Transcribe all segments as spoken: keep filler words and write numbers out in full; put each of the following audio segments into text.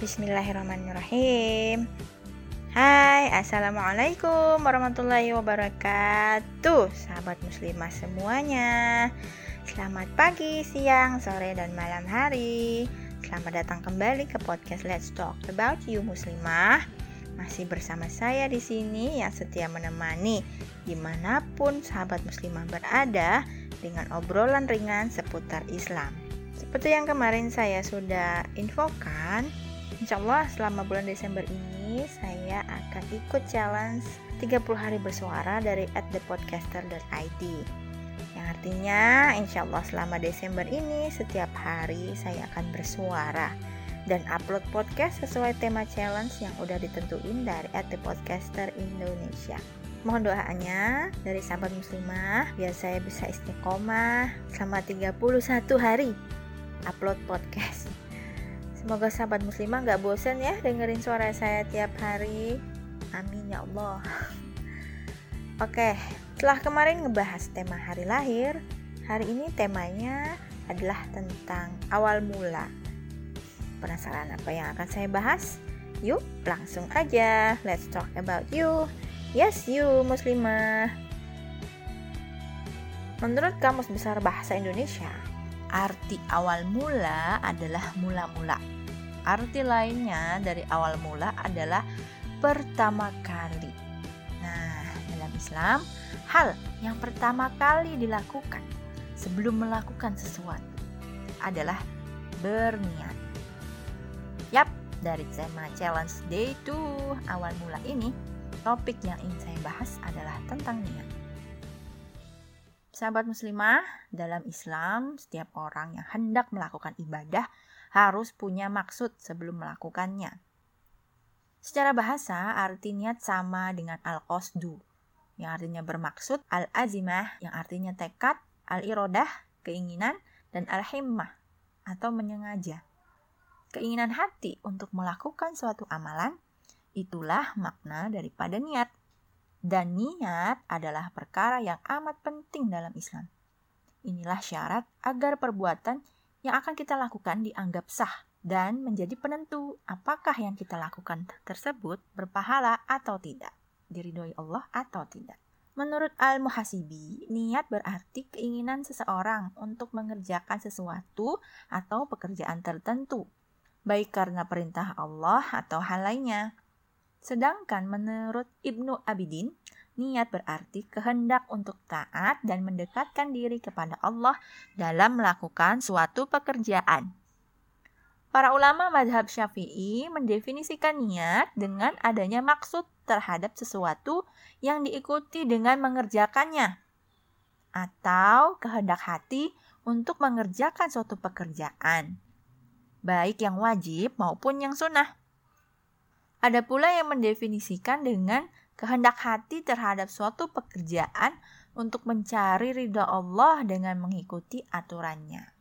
Bismillahirrahmanirrahim. Hai, assalamualaikum warahmatullahi wabarakatuh, sahabat muslimah semuanya. Selamat pagi, siang, sore, dan malam hari. Selamat datang kembali ke podcast Let's Talk About You Muslimah. Masih bersama saya di sini yang setia menemani dimanapun sahabat muslimah berada dengan obrolan ringan seputar Islam. Seperti yang kemarin saya sudah infokan, insya Allah selama bulan Desember ini saya akan ikut challenge tiga puluh hari bersuara dari at the podcaster dot i d. Yang artinya insya Allah selama Desember ini setiap hari saya akan bersuara dan upload podcast sesuai tema challenge yang udah ditentuin dari at the podcaster Indonesia. Mohon doanya dari sahabat muslimah biar saya bisa istiqomah selama tiga puluh satu hari upload podcast. Semoga sahabat muslimah gak bosan ya dengerin suara saya tiap hari. Amin ya Allah. Oke, setelah kemarin ngebahas tema hari lahir, hari ini temanya adalah tentang awal mula. Penasaran apa yang akan saya bahas? Yuk langsung aja, let's talk about you. Yes you muslimah. Menurut Kamus Besar Bahasa Indonesia, arti awal mula adalah mula-mula. Arti lainnya dari awal mula adalah pertama kali. Nah, dalam Islam, hal yang pertama kali dilakukan sebelum melakukan sesuatu adalah berniat. Yap, dari tema challenge day dua awal mula ini, topik yang ingin saya bahas adalah tentang niat. Sahabat muslimah, dalam Islam, setiap orang yang hendak melakukan ibadah harus punya maksud sebelum melakukannya. Secara bahasa, arti niat sama dengan al-qasdu, yang artinya bermaksud, al-azimah, yang artinya tekad, al-iradah, keinginan, dan al-himmah, atau menyengaja. Keinginan hati untuk melakukan suatu amalan, itulah makna daripada niat. Dan niat adalah perkara yang amat penting dalam Islam. Inilah syarat agar perbuatan yang akan kita lakukan dianggap sah dan menjadi penentu apakah yang kita lakukan tersebut berpahala atau tidak, diridhoi Allah atau tidak. Menurut Al-Muhasibi, niat berarti keinginan seseorang untuk mengerjakan sesuatu atau pekerjaan tertentu, baik karena perintah Allah atau hal lainnya. Sedangkan menurut Ibnu Abidin, niat berarti kehendak untuk taat dan mendekatkan diri kepada Allah dalam melakukan suatu pekerjaan. Para ulama mazhab Syafi'i mendefinisikan niat dengan adanya maksud terhadap sesuatu yang diikuti dengan mengerjakannya, atau kehendak hati untuk mengerjakan suatu pekerjaan, baik yang wajib maupun yang sunnah. Ada pula yang mendefinisikan dengan kehendak hati terhadap suatu pekerjaan untuk mencari ridha Allah dengan mengikuti aturannya.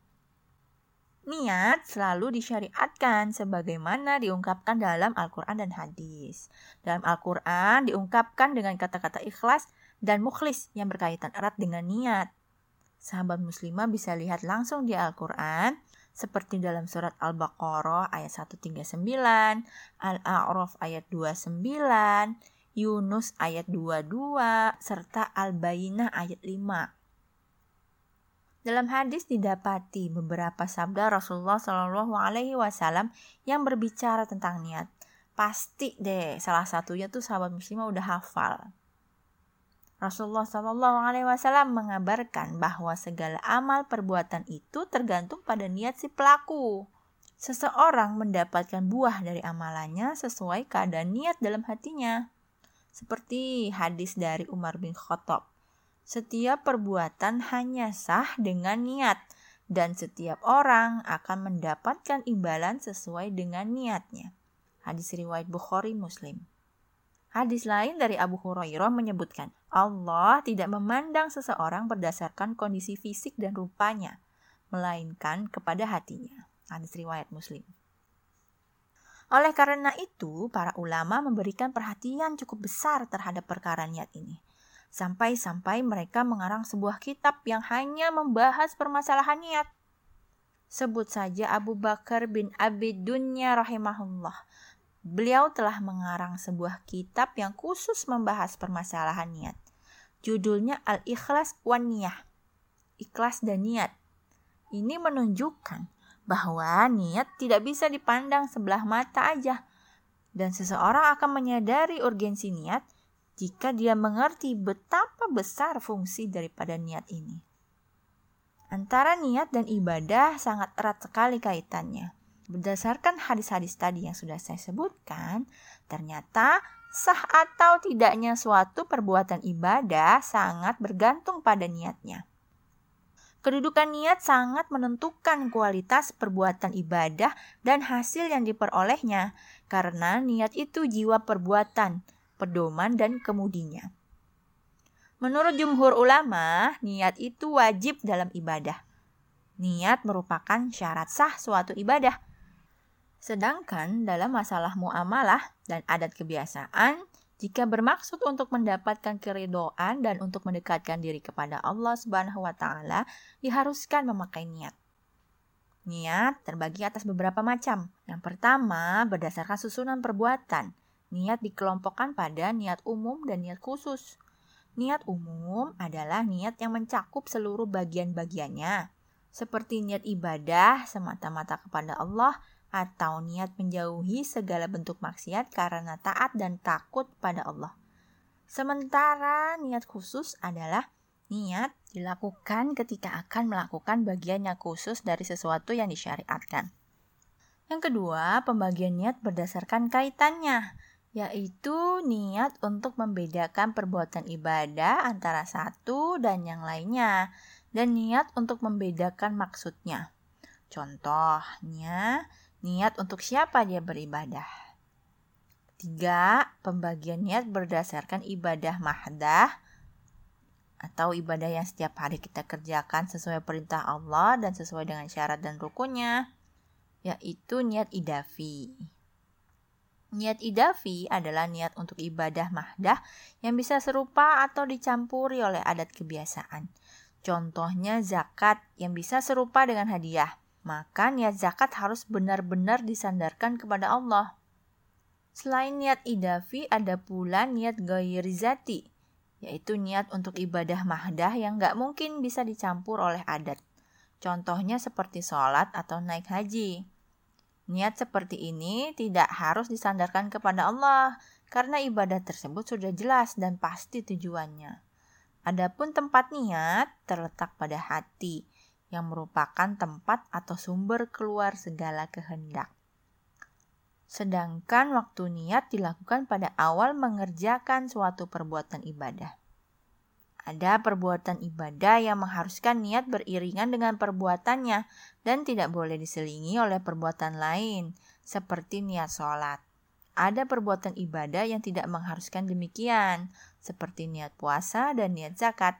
Niat selalu disyariatkan sebagaimana diungkapkan dalam Al-Quran dan hadis. Dalam Al-Quran diungkapkan dengan kata-kata ikhlas dan mukhlis yang berkaitan erat dengan niat. Sahabat muslimah bisa lihat langsung di Al-Quran, seperti dalam surat Al-Baqarah ayat seratus tiga puluh sembilan, Al-A'raf ayat dua puluh sembilan, Yunus ayat dua puluh dua, serta Al-Bayyinah ayat lima. Dalam hadis didapati beberapa sabda Rasulullah shallallahu alaihi wasallam yang berbicara tentang niat. Pasti deh salah satunya tuh sahabat muslimah udah hafal. Rasulullah shallallahu alaihi wasallam mengabarkan bahwa segala amal perbuatan itu tergantung pada niat si pelaku. Seseorang mendapatkan buah dari amalannya sesuai keadaan niat dalam hatinya. Seperti hadis dari Umar bin Khattab. Setiap perbuatan hanya sah dengan niat dan setiap orang akan mendapatkan imbalan sesuai dengan niatnya. Hadis riwayat Bukhari Muslim. Hadis lain dari Abu Hurairah menyebutkan, Allah tidak memandang seseorang berdasarkan kondisi fisik dan rupanya, melainkan kepada hatinya. Hadis riwayat Muslim. Oleh karena itu, para ulama memberikan perhatian cukup besar terhadap perkara niat ini. Sampai-sampai mereka mengarang sebuah kitab yang hanya membahas permasalahan niat. Sebut saja Abu Bakar bin Abi Dunya rahimahullah. Beliau telah mengarang sebuah kitab yang khusus membahas permasalahan niat. Judulnya Al-Ikhlas wan Niyah. Ikhlas dan niat. Ini menunjukkan bahwa niat tidak bisa dipandang sebelah mata aja. Dan seseorang akan menyadari urgensi niat jika dia mengerti betapa besar fungsi daripada niat ini. Antara niat dan ibadah sangat erat sekali kaitannya. Berdasarkan hadis-hadis tadi yang sudah saya sebutkan, ternyata sah atau tidaknya suatu perbuatan ibadah sangat bergantung pada niatnya. Kedudukan niat sangat menentukan kualitas perbuatan ibadah dan hasil yang diperolehnya, karena niat itu jiwa perbuatan, pedoman dan kemudinya. Menurut jumhur ulama, niat itu wajib dalam ibadah. Niat merupakan syarat sah suatu ibadah. Sedangkan dalam masalah muamalah dan adat kebiasaan, jika bermaksud untuk mendapatkan keridhaan dan untuk mendekatkan diri kepada Allah Subhanahu wa taala, diharuskan memakai niat. Niat terbagi atas beberapa macam. Yang pertama, berdasarkan susunan perbuatan. Niat dikelompokkan pada niat umum dan niat khusus. Niat umum adalah niat yang mencakup seluruh bagian-bagiannya, seperti niat ibadah semata-mata kepada Allah, atau niat menjauhi segala bentuk maksiat karena taat dan takut pada Allah. Sementara niat khusus adalah niat dilakukan ketika akan melakukan bagian yang khusus dari sesuatu yang disyariatkan. Yang kedua, pembagian niat berdasarkan kaitannya, yaitu niat untuk membedakan perbuatan ibadah antara satu dan yang lainnya, dan niat untuk membedakan maksudnya. Contohnya, niat untuk siapa dia beribadah. Tiga, pembagian niat berdasarkan ibadah mahdah atau ibadah yang setiap hari kita kerjakan sesuai perintah Allah dan sesuai dengan syarat dan rukunnya, yaitu niat idafi. Niat idafi adalah niat untuk ibadah mahdah yang bisa serupa atau dicampuri oleh adat kebiasaan. Contohnya zakat yang bisa serupa dengan hadiah. Maka niat zakat harus benar-benar disandarkan kepada Allah. Selain niat idafi, ada pula niat ghairi zati, yaitu niat untuk ibadah mahdah yang gak mungkin bisa dicampur oleh adat. Contohnya seperti sholat atau naik haji. Niat seperti ini tidak harus disandarkan kepada Allah, karena ibadah tersebut sudah jelas dan pasti tujuannya. Adapun tempat niat terletak pada hati, yang merupakan tempat atau sumber keluar segala kehendak. Sedangkan waktu niat dilakukan pada awal mengerjakan suatu perbuatan ibadah. Ada perbuatan ibadah yang mengharuskan niat beriringan dengan perbuatannya dan tidak boleh diselingi oleh perbuatan lain, seperti niat sholat. Ada perbuatan ibadah yang tidak mengharuskan demikian, seperti niat puasa dan niat zakat.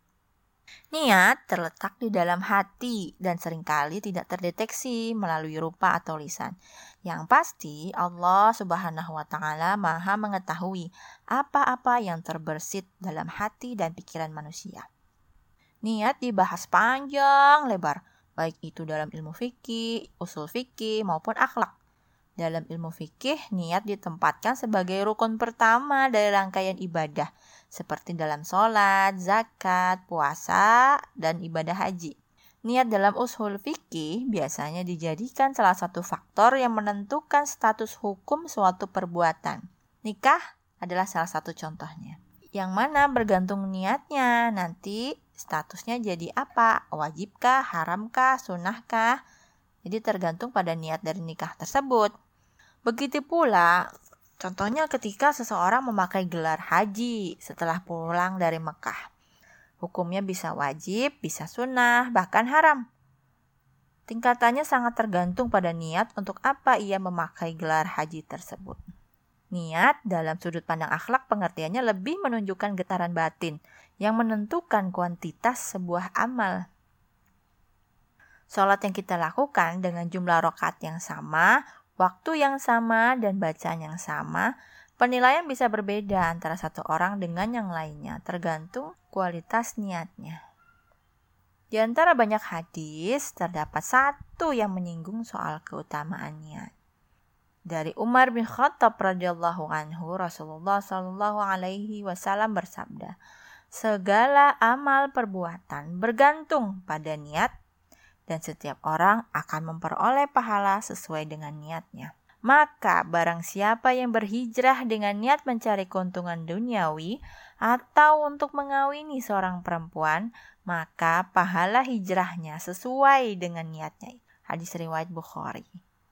Niat terletak di dalam hati dan seringkali tidak terdeteksi melalui rupa atau lisan. Yang pasti Allah Subhanahu wa taala Maha mengetahui apa-apa yang terbersit dalam hati dan pikiran manusia. Niat dibahas panjang lebar, baik itu dalam ilmu fikih, usul fikih maupun akhlak. Dalam ilmu fikih, niat ditempatkan sebagai rukun pertama dari rangkaian ibadah, seperti dalam sholat, zakat, puasa, dan ibadah haji. Niat dalam usul fikih biasanya dijadikan salah satu faktor yang menentukan status hukum suatu perbuatan. Nikah adalah salah satu contohnya. Yang mana bergantung niatnya, nanti statusnya jadi apa? Wajibkah, haramkah, sunnahkah? Jadi tergantung pada niat dari nikah tersebut. Begitu pula, contohnya ketika seseorang memakai gelar haji setelah pulang dari Mekah. Hukumnya bisa wajib, bisa sunnah, bahkan haram. Tingkatannya sangat tergantung pada niat untuk apa ia memakai gelar haji tersebut. Niat dalam sudut pandang akhlak pengertiannya lebih menunjukkan getaran batin yang menentukan kuantitas sebuah amal. Sholat yang kita lakukan dengan jumlah rakaat yang sama, waktu yang sama, dan bacaan yang sama, penilaian bisa berbeda antara satu orang dengan yang lainnya, tergantung kualitas niatnya. Di antara banyak hadis, terdapat satu yang menyinggung soal keutamaan niat. Dari Umar bin Khattab radhiyallahu anhu, Rasulullah shallallahu alaihi wasallam bersabda, segala amal perbuatan bergantung pada niat dan setiap orang akan memperoleh pahala sesuai dengan niatnya. Maka barang siapa yang berhijrah dengan niat mencari keuntungan duniawi atau untuk mengawini seorang perempuan, maka pahala hijrahnya sesuai dengan niatnya. Hadis riwayat Bukhari.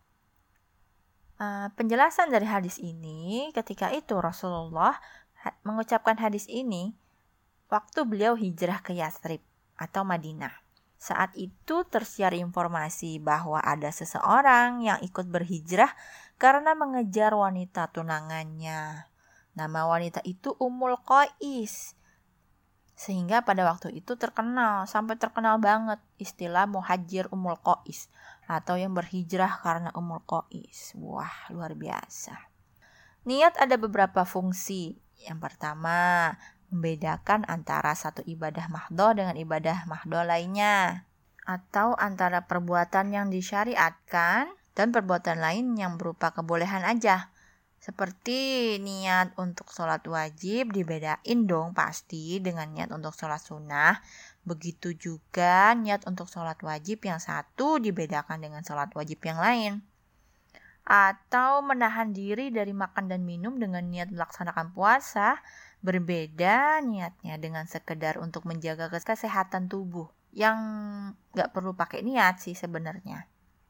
Uh, penjelasan dari hadis ini, ketika itu Rasulullah ha- mengucapkan hadis ini waktu beliau hijrah ke Yathrib atau Madinah. Saat itu tersiar informasi bahwa ada seseorang yang ikut berhijrah karena mengejar wanita tunangannya. Nama wanita itu Ummul Qais. Sehingga pada waktu itu terkenal, sampai terkenal banget istilah muhajir Ummul Qais atau yang berhijrah karena Ummul Qais. Wah, luar biasa. Niat ada beberapa fungsi. Yang pertama, membedakan antara satu ibadah mahdhah dengan ibadah mahdhah lainnya, atau antara perbuatan yang disyariatkan dan perbuatan lain yang berupa kebolehan aja. Seperti niat untuk sholat wajib dibedain dong pasti dengan niat untuk sholat sunnah. Begitu juga niat untuk sholat wajib yang satu dibedakan dengan sholat wajib yang lain. Atau menahan diri dari makan dan minum dengan niat melaksanakan puasa, berbeda niatnya dengan sekedar untuk menjaga kesehatan tubuh yang gak perlu pakai niat sih sebenarnya.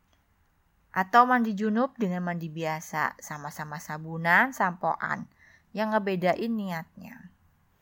Atau mandi junub dengan mandi biasa, sama-sama sabunan, sampoan, yang ngebedain niatnya.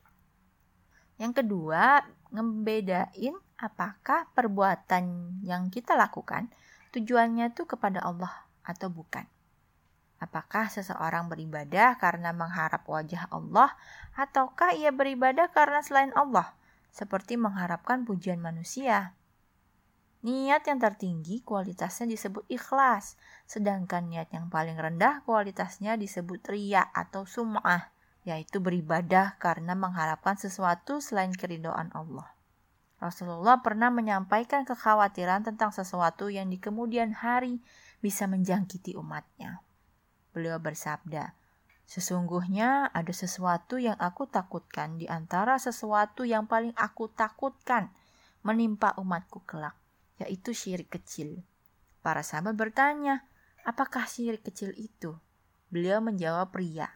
Yang kedua, ngebedain apakah perbuatan yang kita lakukan tujuannya tuh kepada Allah atau bukan. Apakah seseorang beribadah karena mengharap wajah Allah ataukah ia beribadah karena selain Allah, seperti mengharapkan pujian manusia. Niat yang tertinggi kualitasnya disebut ikhlas, sedangkan niat yang paling rendah kualitasnya disebut riya atau sum'ah, yaitu beribadah karena mengharapkan sesuatu selain keridhaan Allah. Rasulullah pernah menyampaikan kekhawatiran tentang sesuatu yang di kemudian hari bisa menjangkiti umatnya. Beliau bersabda, sesungguhnya ada sesuatu yang aku takutkan di antara sesuatu yang paling aku takutkan menimpa umatku kelak, yaitu syirik kecil. Para sahabat bertanya, apakah syirik kecil itu? Beliau menjawab riya.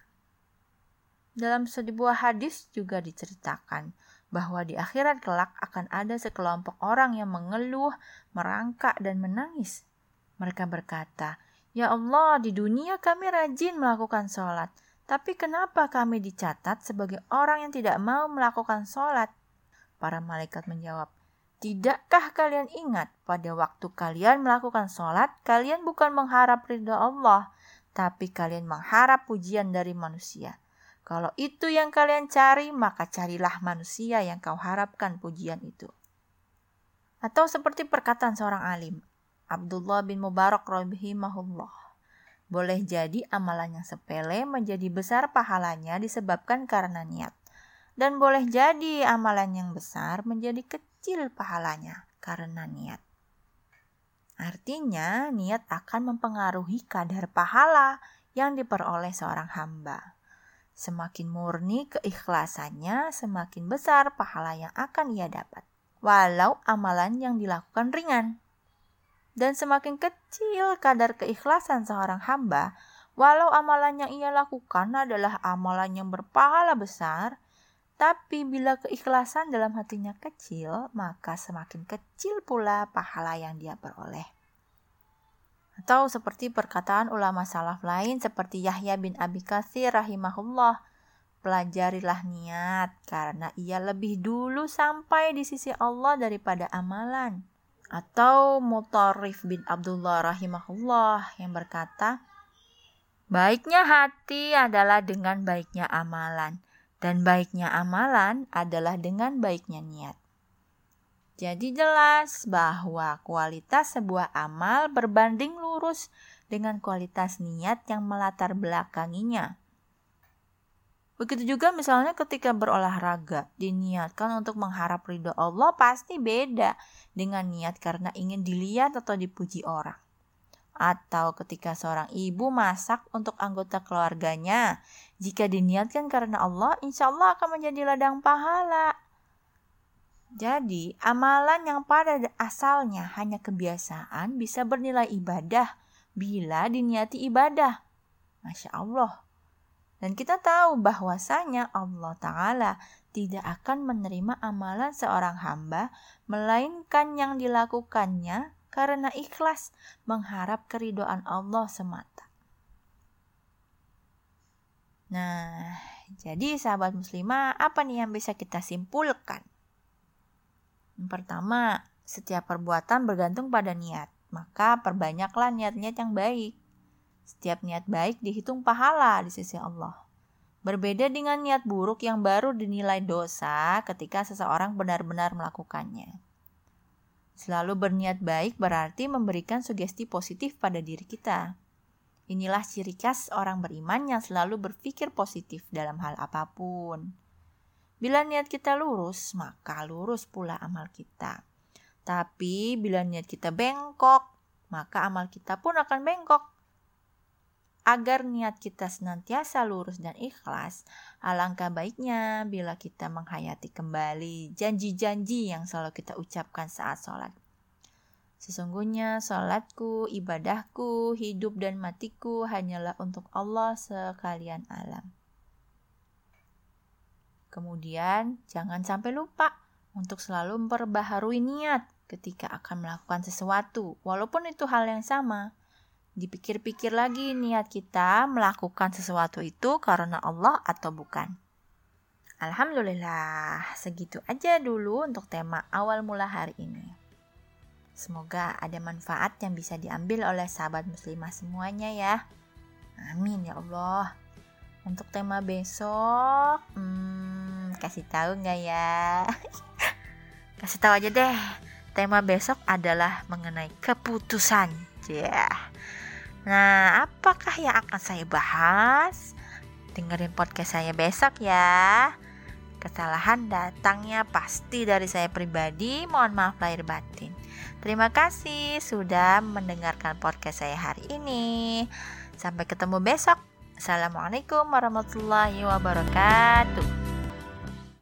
Dalam sebuah hadis juga diceritakan bahwa di akhirat kelak akan ada sekelompok orang yang mengeluh, merangkak dan menangis. Mereka berkata, ya Allah, di dunia kami rajin melakukan sholat, tapi kenapa kami dicatat sebagai orang yang tidak mau melakukan sholat? Para malaikat menjawab, tidakkah kalian ingat pada waktu kalian melakukan sholat, kalian bukan mengharap ridha Allah, tapi kalian mengharap pujian dari manusia. Kalau itu yang kalian cari, maka carilah manusia yang kau harapkan pujian itu. Atau seperti perkataan seorang alim, Abdullah bin Mubarak rahimahullah, boleh jadi amalan yang sepele menjadi besar pahalanya disebabkan karena niat. Dan boleh jadi amalan yang besar menjadi kecil pahalanya karena niat. Artinya niat akan mempengaruhi kadar pahala yang diperoleh seorang hamba. Semakin murni keikhlasannya, semakin besar pahala yang akan ia dapat, walau amalan yang dilakukan ringan. Dan semakin kecil kadar keikhlasan seorang hamba, walau amalan yang ia lakukan adalah amalan yang berpahala besar, tapi bila keikhlasan dalam hatinya kecil, maka semakin kecil pula pahala yang dia peroleh. Atau seperti perkataan ulama salaf lain seperti Yahya bin Abi Katsir rahimahullah, pelajarilah niat karena ia lebih dulu sampai di sisi Allah daripada amalan. Atau Mutarrif bin Abdullah rahimahullah yang berkata, baiknya hati adalah dengan baiknya amalan, dan baiknya amalan adalah dengan baiknya niat. Jadi jelas bahwa kualitas sebuah amal berbanding lurus dengan kualitas niat yang melatar belakanginya. Begitu juga misalnya ketika berolahraga, diniatkan untuk mengharap ridho Allah, pasti beda dengan niat karena ingin dilihat atau dipuji orang. Atau ketika seorang ibu masak untuk anggota keluarganya, jika diniatkan karena Allah, insya Allah akan menjadi ladang pahala. Jadi, amalan yang pada asalnya hanya kebiasaan bisa bernilai ibadah bila diniati ibadah. Masya Allah. Dan kita tahu bahwasanya Allah Ta'ala tidak akan menerima amalan seorang hamba, melainkan yang dilakukannya karena ikhlas mengharap keridhaan Allah semata. Nah, jadi sahabat muslimah, apa nih yang bisa kita simpulkan? Yang pertama, setiap perbuatan bergantung pada niat. Maka perbanyaklah niat-niat yang baik. Setiap niat baik dihitung pahala di sisi Allah. Berbeda dengan niat buruk yang baru dinilai dosa ketika seseorang benar-benar melakukannya. Selalu berniat baik berarti memberikan sugesti positif pada diri kita. Inilah ciri khas orang beriman yang selalu berpikir positif dalam hal apapun. Bila niat kita lurus, maka lurus pula amal kita. Tapi bila niat kita bengkok, maka amal kita pun akan bengkok. Agar niat kita senantiasa lurus dan ikhlas, alangkah baiknya bila kita menghayati kembali janji-janji yang selalu kita ucapkan saat sholat. Sesungguhnya sholatku, ibadahku, hidup dan matiku hanyalah untuk Allah sekalian alam. Kemudian jangan sampai lupa untuk selalu memperbaharui niat ketika akan melakukan sesuatu, walaupun itu hal yang sama. Dipikir-pikir lagi niat kita melakukan sesuatu itu karena Allah atau bukan. Alhamdulillah, segitu aja dulu untuk tema awal mula hari ini. Semoga ada manfaat yang bisa diambil oleh sahabat muslimah semuanya ya. Amin ya Allah. Untuk tema besok, hmm, kasih tahu nggak ya? Kasih tahu aja deh. Tema besok adalah mengenai keputusan. Ya. Yeah. Nah, apakah yang akan saya bahas? Dengerin podcast saya besok ya. Kesalahan datangnya pasti dari saya pribadi. Mohon maaf lahir batin. Terima kasih sudah mendengarkan podcast saya hari ini. Sampai ketemu besok. Assalamualaikum warahmatullahi wabarakatuh.